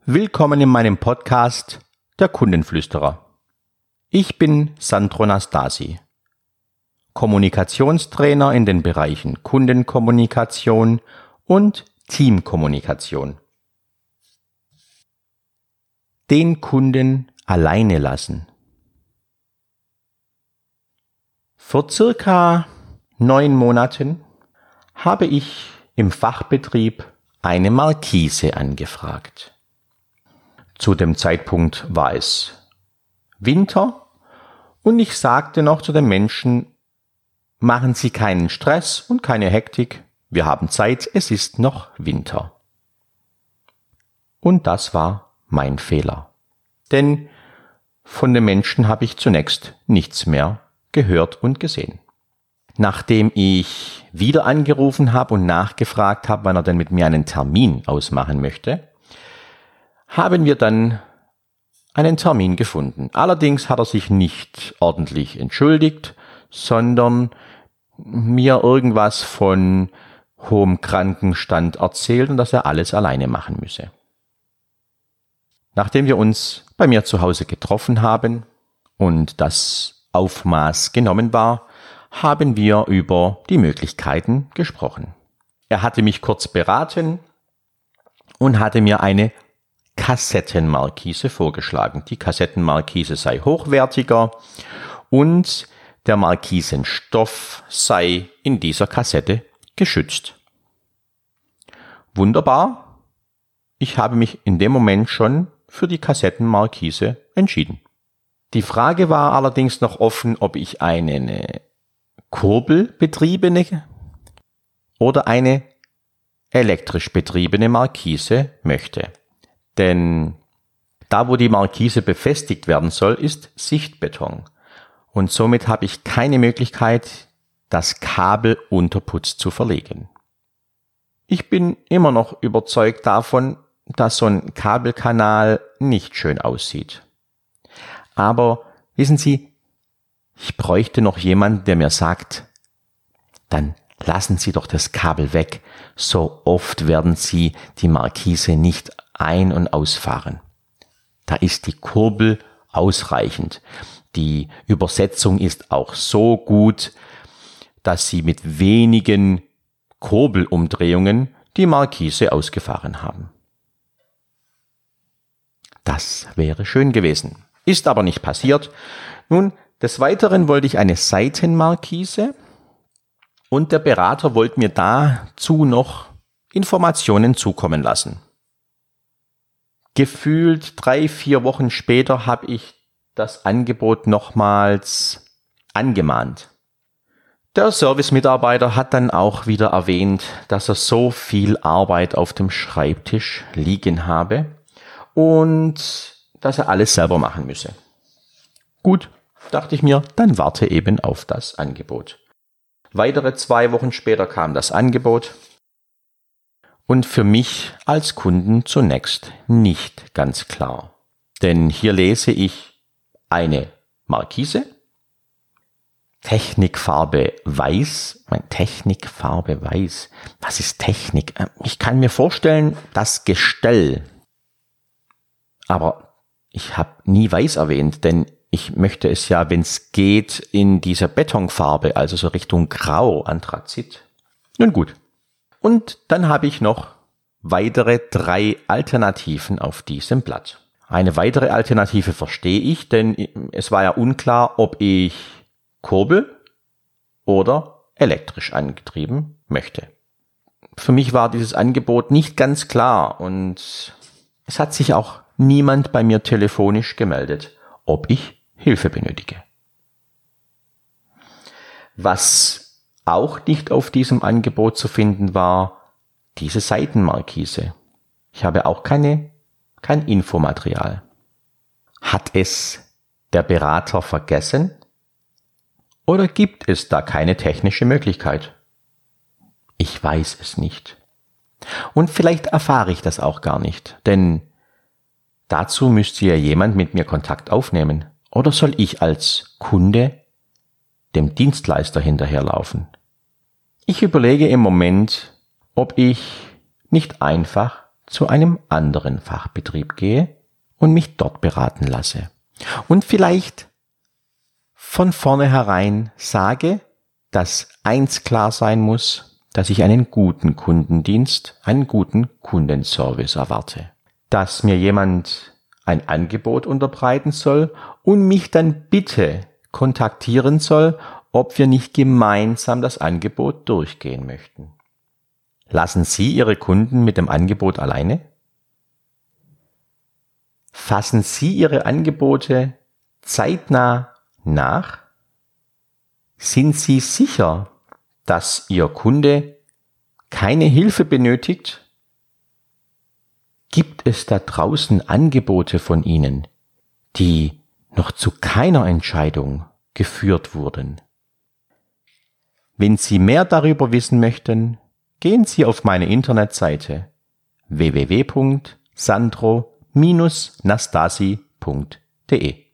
Willkommen in meinem Podcast Der Kundenflüsterer. Ich bin Sandro Nastasi, Kommunikationstrainer in den Bereichen Kundenkommunikation und Teamkommunikation. Den Kunden alleine lassen. Vor circa 9 Monaten habe ich im Fachbetrieb eine Markise angefragt. Zu dem Zeitpunkt war es Winter und ich sagte noch zu den Menschen, machen Sie keinen Stress und keine Hektik, wir haben Zeit, es ist noch Winter. Und das war mein Fehler. Denn von den Menschen habe ich zunächst nichts mehr gehört und gesehen. Nachdem ich wieder angerufen habe und nachgefragt habe, wann er denn mit mir einen Termin ausmachen möchte, haben wir dann einen Termin gefunden. Allerdings hat er sich nicht ordentlich entschuldigt, sondern mir irgendwas von hohem Krankenstand erzählt und dass er alles alleine machen müsse. Nachdem wir uns bei mir zu Hause getroffen haben und das Aufmaß genommen war, haben wir über die Möglichkeiten gesprochen. Er hatte mich kurz beraten und hatte mir eine Kassettenmarkise vorgeschlagen. Die Kassettenmarkise sei hochwertiger und der Markisenstoff sei in dieser Kassette geschützt. Wunderbar. Ich habe mich in dem Moment schon für die Kassettenmarkise entschieden. Die Frage war allerdings noch offen, ob ich eine kurbelbetriebene oder eine elektrisch betriebene Markise möchte. Denn da, wo die Markise befestigt werden soll, ist Sichtbeton. Und somit habe ich keine Möglichkeit, das Kabelunterputz zu verlegen. Ich bin immer noch überzeugt davon, dass so ein Kabelkanal nicht schön aussieht. Aber wissen Sie, ich bräuchte noch jemanden, der mir sagt, dann lassen Sie doch das Kabel weg. So oft werden Sie die Markise nicht ein- und ausfahren. Da ist die Kurbel ausreichend. Die Übersetzung ist auch so gut, dass Sie mit wenigen Kurbelumdrehungen die Markise ausgefahren haben. Das wäre schön gewesen. Ist aber nicht passiert. Nun, des Weiteren wollte ich eine Seitenmarkise und der Berater wollte mir dazu noch Informationen zukommen lassen. Gefühlt 3-4 Wochen später habe ich das Angebot nochmals angemahnt. Der Servicemitarbeiter hat dann auch wieder erwähnt, dass er so viel Arbeit auf dem Schreibtisch liegen habe und dass er alles selber machen müsse. Gut, dachte ich mir, dann warte eben auf das Angebot. Weitere 2 Wochen später kam das Angebot. Und für mich als Kunden zunächst nicht ganz klar. Denn hier lese ich eine Markise, Technikfarbe weiß. Technikfarbe weiß. Was ist Technik? Ich kann mir vorstellen, das Gestell. Aber ich habe nie weiß erwähnt, denn ich möchte es ja, wenn es geht, in dieser Betonfarbe, also so Richtung Grau, Anthrazit. Nun gut. Und dann habe ich noch weitere 3 Alternativen auf diesem Blatt. Eine weitere Alternative verstehe ich, denn es war ja unklar, ob ich Kurbel oder elektrisch angetrieben möchte. Für mich war dieses Angebot nicht ganz klar und es hat sich auch niemand bei mir telefonisch gemeldet, ob ich Hilfe benötige. Was auch nicht auf diesem Angebot zu finden war, diese Seitenmarkise. Ich habe auch kein Infomaterial. Hat es der Berater vergessen? Oder gibt es da keine technische Möglichkeit? Ich weiß es nicht. Und vielleicht erfahre ich das auch gar nicht, denn dazu müsste ja jemand mit mir Kontakt aufnehmen. Oder soll ich als Kunde dem Dienstleister hinterherlaufen? Ich überlege im Moment, ob ich nicht einfach zu einem anderen Fachbetrieb gehe und mich dort beraten lasse. Und vielleicht von vornherein sage, dass eins klar sein muss, dass ich einen guten Kundendienst, einen guten Kundenservice erwarte. Dass mir jemand ein Angebot unterbreiten soll und mich dann bitte kontaktieren soll, ob wir nicht gemeinsam das Angebot durchgehen möchten. Lassen Sie Ihre Kunden mit dem Angebot alleine? Fassen Sie Ihre Angebote zeitnah nach? Sind Sie sicher, dass Ihr Kunde keine Hilfe benötigt? Gibt es da draußen Angebote von Ihnen, die noch zu keiner Entscheidung geführt wurden? Wenn Sie mehr darüber wissen möchten, gehen Sie auf meine Internetseite www.sandro-nastasi.de.